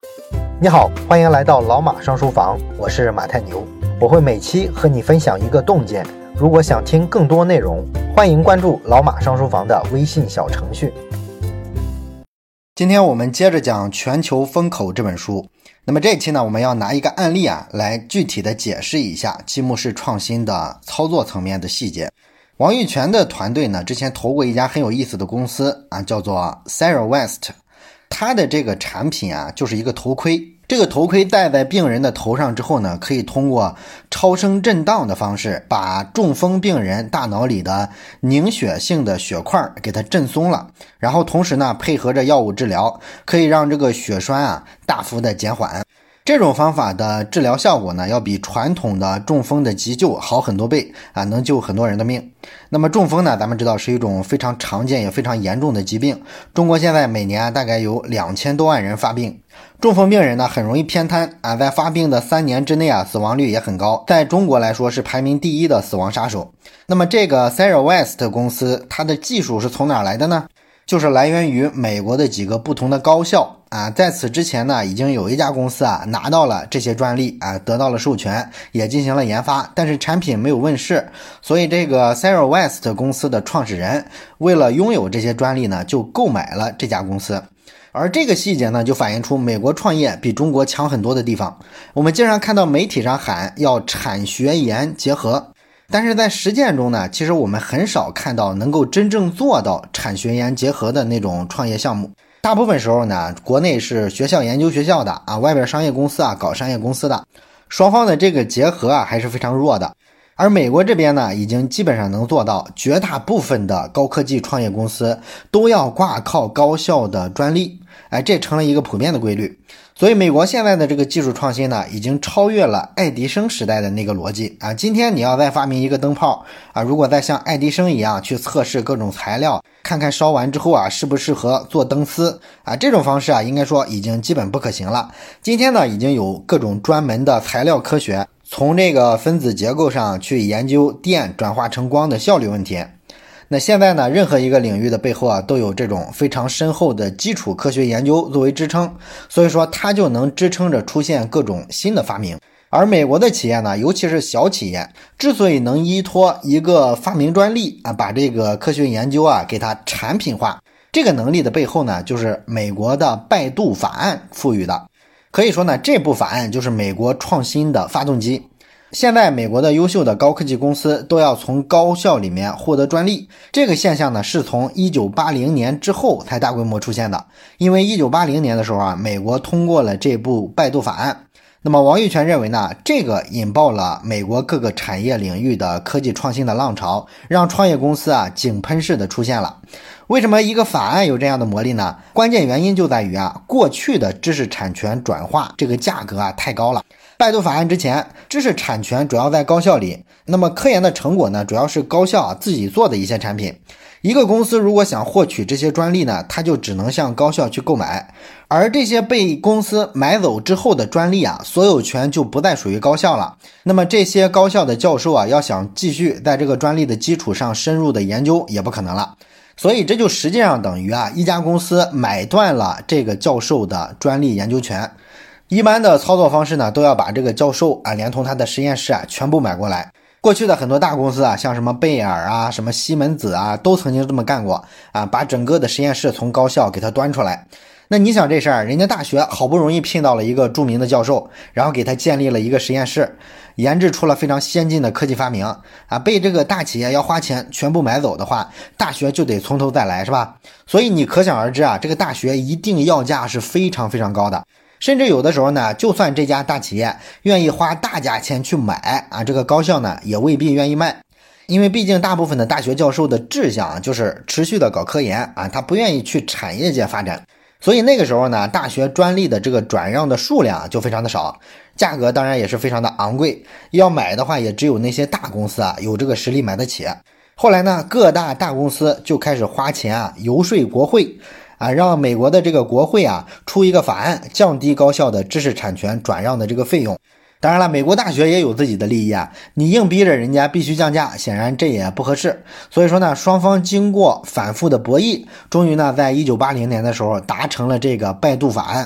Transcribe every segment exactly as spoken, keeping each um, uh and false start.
你好，欢迎来到老马上书房，我是马太牛，我会每期和你分享一个洞见。如果想听更多内容，欢迎关注老马上书房的微信小程序。今天我们接着讲《全球风口》这本书。那么这一期呢，我们要拿一个案例啊，来具体的解释一下积木式创新的操作层面的细节。王玉泉的团队呢，之前投过一家很有意思的公司啊，叫做 CereWest。它的这个产品啊，就是一个头盔。这个头盔戴在病人的头上之后呢，可以通过超声震荡的方式，把中风病人大脑里的凝血性的血块给它震松了，然后同时呢，配合着药物治疗，可以让这个血栓啊大幅的减缓。这种方法的治疗效果呢，要比传统的中风的急救好很多倍啊，能救很多人的命。那么中风呢，咱们知道是一种非常常见也非常严重的疾病。中国现在每年大概有两千多万人发病。中风病人呢，很容易偏瘫啊，在发病的三年之内啊，死亡率也很高，在中国来说是排名第一的死亡杀手。那么这个 CereWest 公司，它的技术是从哪来的呢？就是来源于美国的几个不同的高校啊，在此之前呢，已经有一家公司啊拿到了这些专利啊，得到了授权，也进行了研发，但是产品没有问世，所以这个 CereWest 公司的创始人为了拥有这些专利呢，就购买了这家公司。而这个细节呢，就反映出美国创业比中国强很多的地方。我们经常看到媒体上喊要产学研结合，但是在实践中呢，其实我们很少看到能够真正做到产学研结合的那种创业项目。大部分时候呢，国内是学校研究学校的啊，外边商业公司啊搞商业公司的，双方的这个结合啊还是非常弱的。而美国这边呢，已经基本上能做到，绝大部分的高科技创业公司都要挂靠高校的专利，哎，这成了一个普遍的规律。所以美国现在的这个技术创新呢，已经超越了爱迪生时代的那个逻辑啊。今天你要再发明一个灯泡啊，如果再像爱迪生一样去测试各种材料，看看烧完之后啊适不适合做灯丝啊，这种方式啊，应该说已经基本不可行了。今天呢，已经有各种专门的材料科学，从这个分子结构上去研究电转化成光的效率问题。那现在呢，任何一个领域的背后啊，都有这种非常深厚的基础科学研究作为支撑，所以说它就能支撑着出现各种新的发明。而美国的企业呢，尤其是小企业，之所以能依托一个发明专利啊，把这个科学研究啊给它产品化，这个能力的背后呢，就是美国的拜杜法案赋予的。可以说呢，这部法案就是美国创新的发动机。现在美国的优秀的高科技公司都要从高校里面获得专利，这个现象呢是从一九八零年之后才大规模出现的。因为一九八零年的时候啊，美国通过了这部拜杜法案。那么王玉泉认为呢，这个引爆了美国各个产业领域的科技创新的浪潮，让创业公司啊井喷式的出现了。为什么一个法案有这样的魔力呢？关键原因就在于啊，过去的知识产权转化这个价格啊太高了。拜杜法案之前，知识产权主要在高校里，那么科研的成果呢，主要是高校啊自己做的一些产品。一个公司如果想获取这些专利呢，它就只能向高校去购买，而这些被公司买走之后的专利啊，所有权就不再属于高校了。那么这些高校的教授啊，要想继续在这个专利的基础上深入的研究也不可能了。所以这就实际上等于啊，一家公司买断了这个教授的专利研究权。一般的操作方式呢，都要把这个教授啊，连同他的实验室啊，全部买过来。过去的很多大公司啊，像什么贝尔啊、什么西门子啊，都曾经这么干过啊，把整个的实验室从高校给它端出来。那你想这事儿，人家大学好不容易聘到了一个著名的教授，然后给他建立了一个实验室，研制出了非常先进的科技发明啊，被这个大企业要花钱全部买走的话，大学就得从头再来，是吧？所以你可想而知啊，这个大学一定要价是非常非常高的。甚至有的时候呢，就算这家大企业愿意花大价钱去买啊，这个高校呢也未必愿意卖。因为毕竟大部分的大学教授的志向就是持续的搞科研啊，他不愿意去产业界发展。所以那个时候呢，大学专利的这个转让的数量就非常的少，价格当然也是非常的昂贵，要买的话也只有那些大公司啊有这个实力买得起。后来呢，各大大公司就开始花钱啊游说国会啊，让美国的这个国会啊出一个法案，降低高校的知识产权转让的这个费用。当然了，美国大学也有自己的利益啊，你硬逼着人家必须降价，显然这也不合适。所以说呢，双方经过反复的博弈，终于呢在一九八零年的时候达成了这个拜杜法案。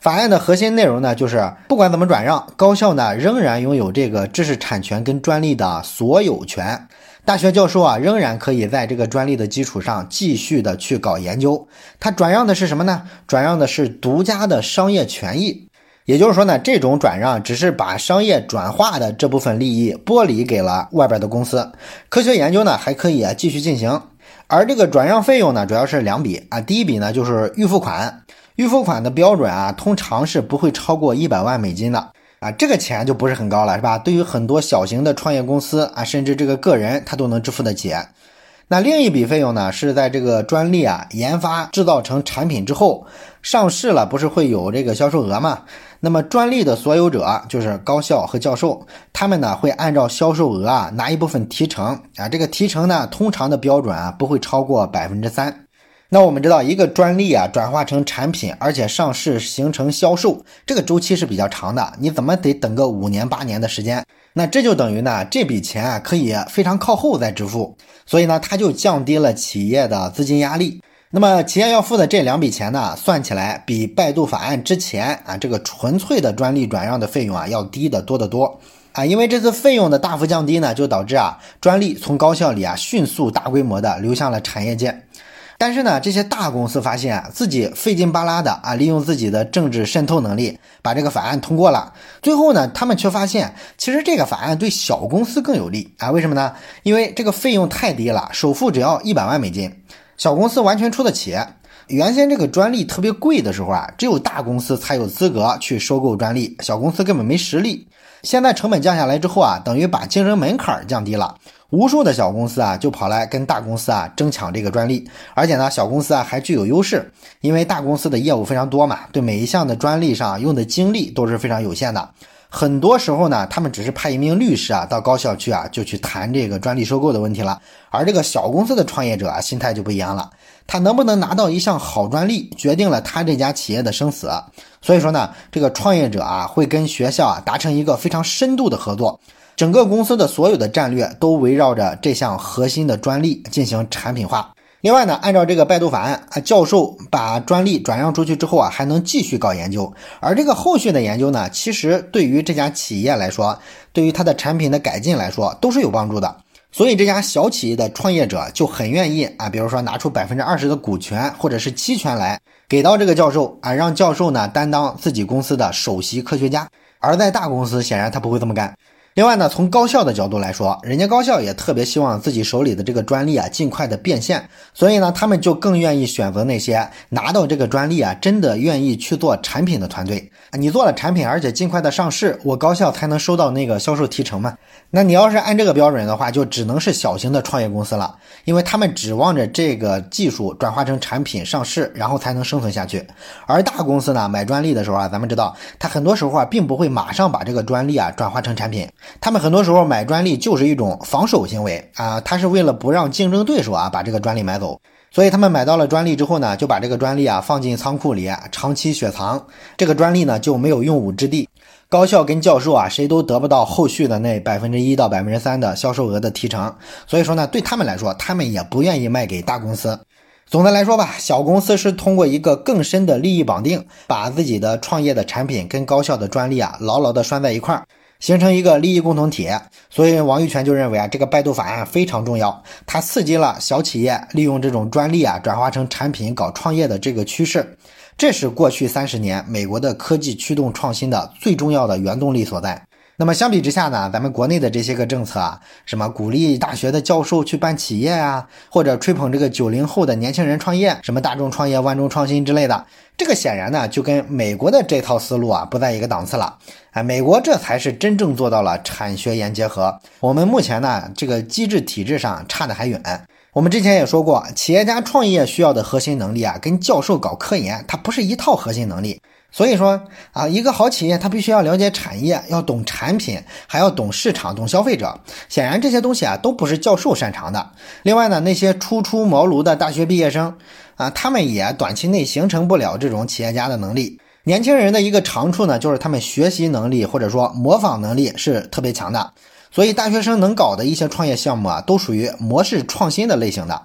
法案的核心内容呢，就是不管怎么转让，高校呢仍然拥有这个知识产权跟专利的所有权。大学教授啊，仍然可以在这个专利的基础上继续的去搞研究。他转让的是什么呢？转让的是独家的商业权益。也就是说呢，这种转让只是把商业转化的这部分利益剥离给了外边的公司，科学研究呢还可以继续进行。而这个转让费用呢，主要是两笔啊。第一笔呢就是预付款，预付款的标准啊，通常是不会超过一百万美金的啊，这个钱就不是很高了，是吧？对于很多小型的创业公司啊，甚至这个个人，他都能支付得起。那另一笔费用呢，是在这个专利啊研发制造成产品之后上市了，不是会有这个销售额吗？那么专利的所有者就是高校和教授，他们呢会按照销售额啊拿一部分提成啊，这个提成呢通常的标准啊不会超过 百分之三。 那我们知道一个专利啊转化成产品，而且上市形成销售，这个周期是比较长的，你怎么得等个五年八年的时间。那这就等于呢这笔钱啊可以非常靠后再支付，所以呢它就降低了企业的资金压力。那么企业要付的这两笔钱呢，算起来比拜杜法案之前啊这个纯粹的专利转让的费用啊要低得多得多啊。因为这次费用的大幅降低呢，就导致啊专利从高校里啊迅速大规模的流向了产业界。但是呢，这些大公司发现啊，自己费劲巴拉的啊，利用自己的政治渗透能力把这个法案通过了。最后呢，他们却发现，其实这个法案对小公司更有利啊？为什么呢？因为这个费用太低了，首付只要一百万美金，小公司完全出得起。原先这个专利特别贵的时候啊，只有大公司才有资格去收购专利，小公司根本没实力。现在成本降下来之后啊，等于把竞争门槛降低了。无数的小公司啊就跑来跟大公司啊争抢这个专利，而且呢小公司啊还具有优势，因为大公司的业务非常多嘛，对每一项的专利上用的精力都是非常有限的。很多时候呢他们只是派一名律师啊到高校去啊就去谈这个专利收购的问题了。而这个小公司的创业者啊心态就不一样了，他能不能拿到一项好专利决定了他这家企业的生死。所以说呢这个创业者啊会跟学校啊达成一个非常深度的合作，整个公司的所有的战略都围绕着这项核心的专利进行产品化。另外呢，按照这个拜杜法案啊，教授把专利转让出去之后啊，还能继续搞研究，而这个后续的研究呢，其实对于这家企业来说，对于它的产品的改进来说都是有帮助的。所以这家小企业的创业者就很愿意啊，比如说拿出 百分之二十 的股权或者是期权来给到这个教授啊，让教授呢担当自己公司的首席科学家。而在大公司显然他不会这么干。另外呢，从高校的角度来说，人家高校也特别希望自己手里的这个专利啊尽快的变现，所以呢他们就更愿意选择那些拿到这个专利啊真的愿意去做产品的团队。你做了产品而且尽快的上市，我高校才能收到那个销售提成嘛。那你要是按这个标准的话，就只能是小型的创业公司了，因为他们指望着这个技术转化成产品上市，然后才能生存下去。而大公司呢买专利的时候啊，咱们知道他很多时候啊并不会马上把这个专利啊转化成产品，他们很多时候买专利就是一种防守行为啊，他是为了不让竞争对手啊把这个专利买走。所以他们买到了专利之后呢，就把这个专利啊放进仓库里长期雪藏，这个专利呢就没有用武之地。高校跟教授啊谁都得不到后续的那 百分之一 到 百分之三 的销售额的提成，所以说呢对他们来说，他们也不愿意卖给大公司。总的来说吧，小公司是通过一个更深的利益绑定，把自己的创业的产品跟高校的专利啊牢牢的拴在一块儿，形成一个利益共同体。所以王玉泉就认为啊，这个拜杜法案非常重要，它刺激了小企业利用这种专利啊转化成产品搞创业的这个趋势。这是过去三十年美国的科技驱动创新的最重要的原动力所在。那么相比之下呢，咱们国内的这些个政策啊，什么鼓励大学的教授去办企业啊，或者吹捧这个九零后的年轻人创业，什么大众创业万众创新之类的，这个显然呢就跟美国的这套思路啊不在一个档次了。啊，美国这才是真正做到了产学研结合，我们目前呢这个机制体制上差得还远。我们之前也说过，企业家创业需要的核心能力啊，跟教授搞科研它不是一套核心能力。所以说啊，一个好企业它必须要了解产业，要懂产品，还要懂市场，懂消费者。显然这些东西啊都不是教授擅长的。另外呢，那些初出茅庐的大学毕业生啊，他们也短期内形成不了这种企业家的能力。年轻人的一个长处呢，就是他们学习能力或者说模仿能力是特别强的。所以大学生能搞的一些创业项目啊，都属于模式创新的类型的。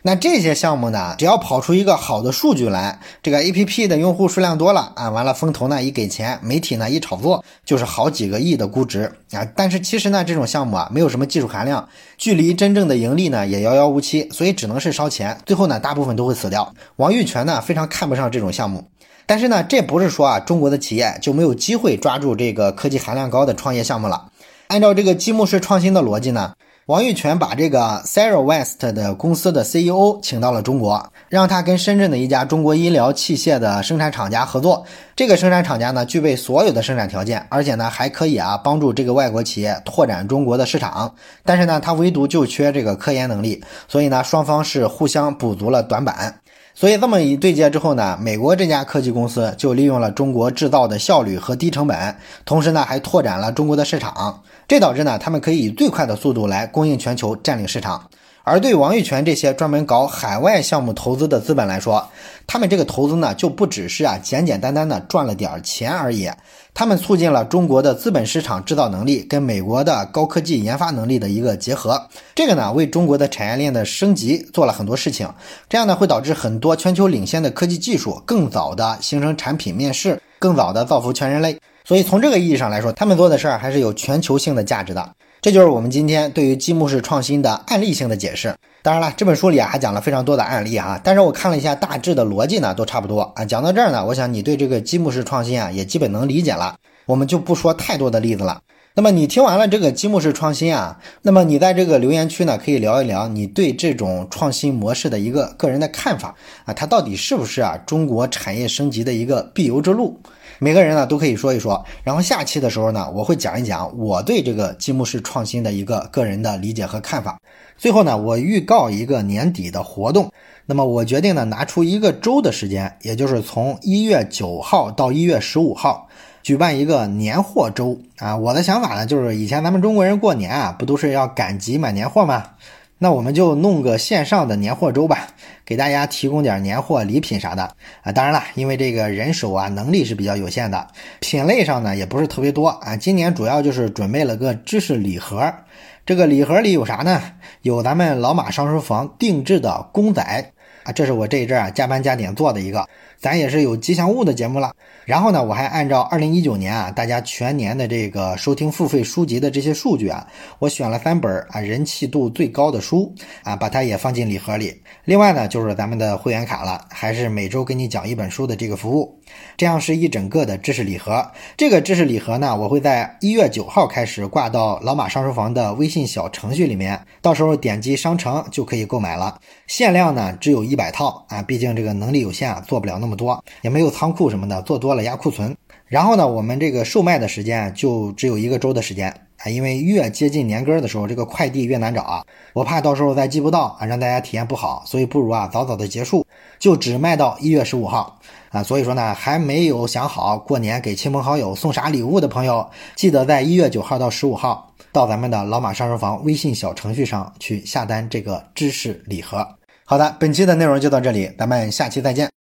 那这些项目呢，只要跑出一个好的数据来，这个 A P P 的用户数量多了啊，完了风投呢一给钱，媒体呢一炒作，就是好几个亿的估值啊。但是其实呢，这种项目啊没有什么技术含量，距离真正的盈利呢也遥遥无期，所以只能是烧钱，最后呢大部分都会死掉。王玉泉呢非常看不上这种项目。但是呢，这不是说啊中国的企业就没有机会抓住这个科技含量高的创业项目了。按照这个积木式创新的逻辑呢，王玉泉把这个 Serowest 的公司的 C E O 请到了中国，让他跟深圳的一家中国医疗器械的生产厂家合作。这个生产厂家呢，具备所有的生产条件，而且呢还可以啊帮助这个外国企业拓展中国的市场。但是呢，他唯独就缺这个科研能力，所以呢双方是互相补足了短板。所以这么一对接之后呢，美国这家科技公司就利用了中国制造的效率和低成本，同时呢还拓展了中国的市场，这导致呢他们可以以最快的速度来供应全球，占领市场。而对王玉泉这些专门搞海外项目投资的资本来说，他们这个投资呢就不只是啊简简单单的赚了点钱而已，他们促进了中国的资本市场制造能力跟美国的高科技研发能力的一个结合，这个呢为中国的产业链的升级做了很多事情，这样呢会导致很多全球领先的科技技术更早的形成产品面世，更早的造福全人类。所以从这个意义上来说，他们做的事儿还是有全球性的价值的。这就是我们今天对于积木式创新的案例性的解释。当然了，这本书里啊还讲了非常多的案例啊，但是我看了一下大致的逻辑呢都差不多啊。讲到这儿呢，我想你对这个积木式创新啊也基本能理解了，我们就不说太多的例子了。那么你听完了这个积木式创新啊，那么你在这个留言区呢可以聊一聊你对这种创新模式的一个个人的看法啊，它到底是不是啊中国产业升级的一个必由之路？每个人呢都可以说一说，然后下期的时候呢我会讲一讲我对这个积木式创新的一个个人的理解和看法。最后呢我预告一个年底的活动，那么我决定呢拿出一个周的时间，也就是从一月九号到一月十五号举办一个年货周啊。我的想法呢就是以前咱们中国人过年啊不都是要赶集买年货吗？那我们就弄个线上的年货周吧，给大家提供点年货礼品啥的啊。当然了，因为这个人手啊能力是比较有限的，品类上呢也不是特别多啊。今年主要就是准备了个知识礼盒，这个礼盒里有啥呢？有咱们老马上书房定制的公仔啊，这是我这一阵啊加班加点做的一个，咱也是有吉祥物的节目了。然后呢，我还按照二零一九年啊大家全年的这个收听付费书籍的这些数据啊，我选了三本啊人气度最高的书啊，把它也放进礼盒里。另外呢，就是咱们的会员卡了，还是每周给你讲一本书的这个服务，这样是一整个的知识礼盒。这个知识礼盒呢，我会在一月九号开始挂到老马上书房的微信小程序里面，到时候点击商城就可以购买了。限量呢只有一百套啊，毕竟这个能力有限啊，做不了那么多，也没有仓库什么的，做多了压库存。然后呢，我们这个售卖的时间就只有一个周的时间啊，因为越接近年根的时候，这个快递越难找啊，我怕到时候再寄不到啊，让大家体验不好，所以不如啊早早的结束，就只卖到一月十五号啊。所以说呢，还没有想好过年给亲朋好友送啥礼物的朋友，记得在一月九号到十五号到咱们的老马上书房微信小程序上去下单这个知识礼盒。好的，本期的内容就到这里，咱们下期再见。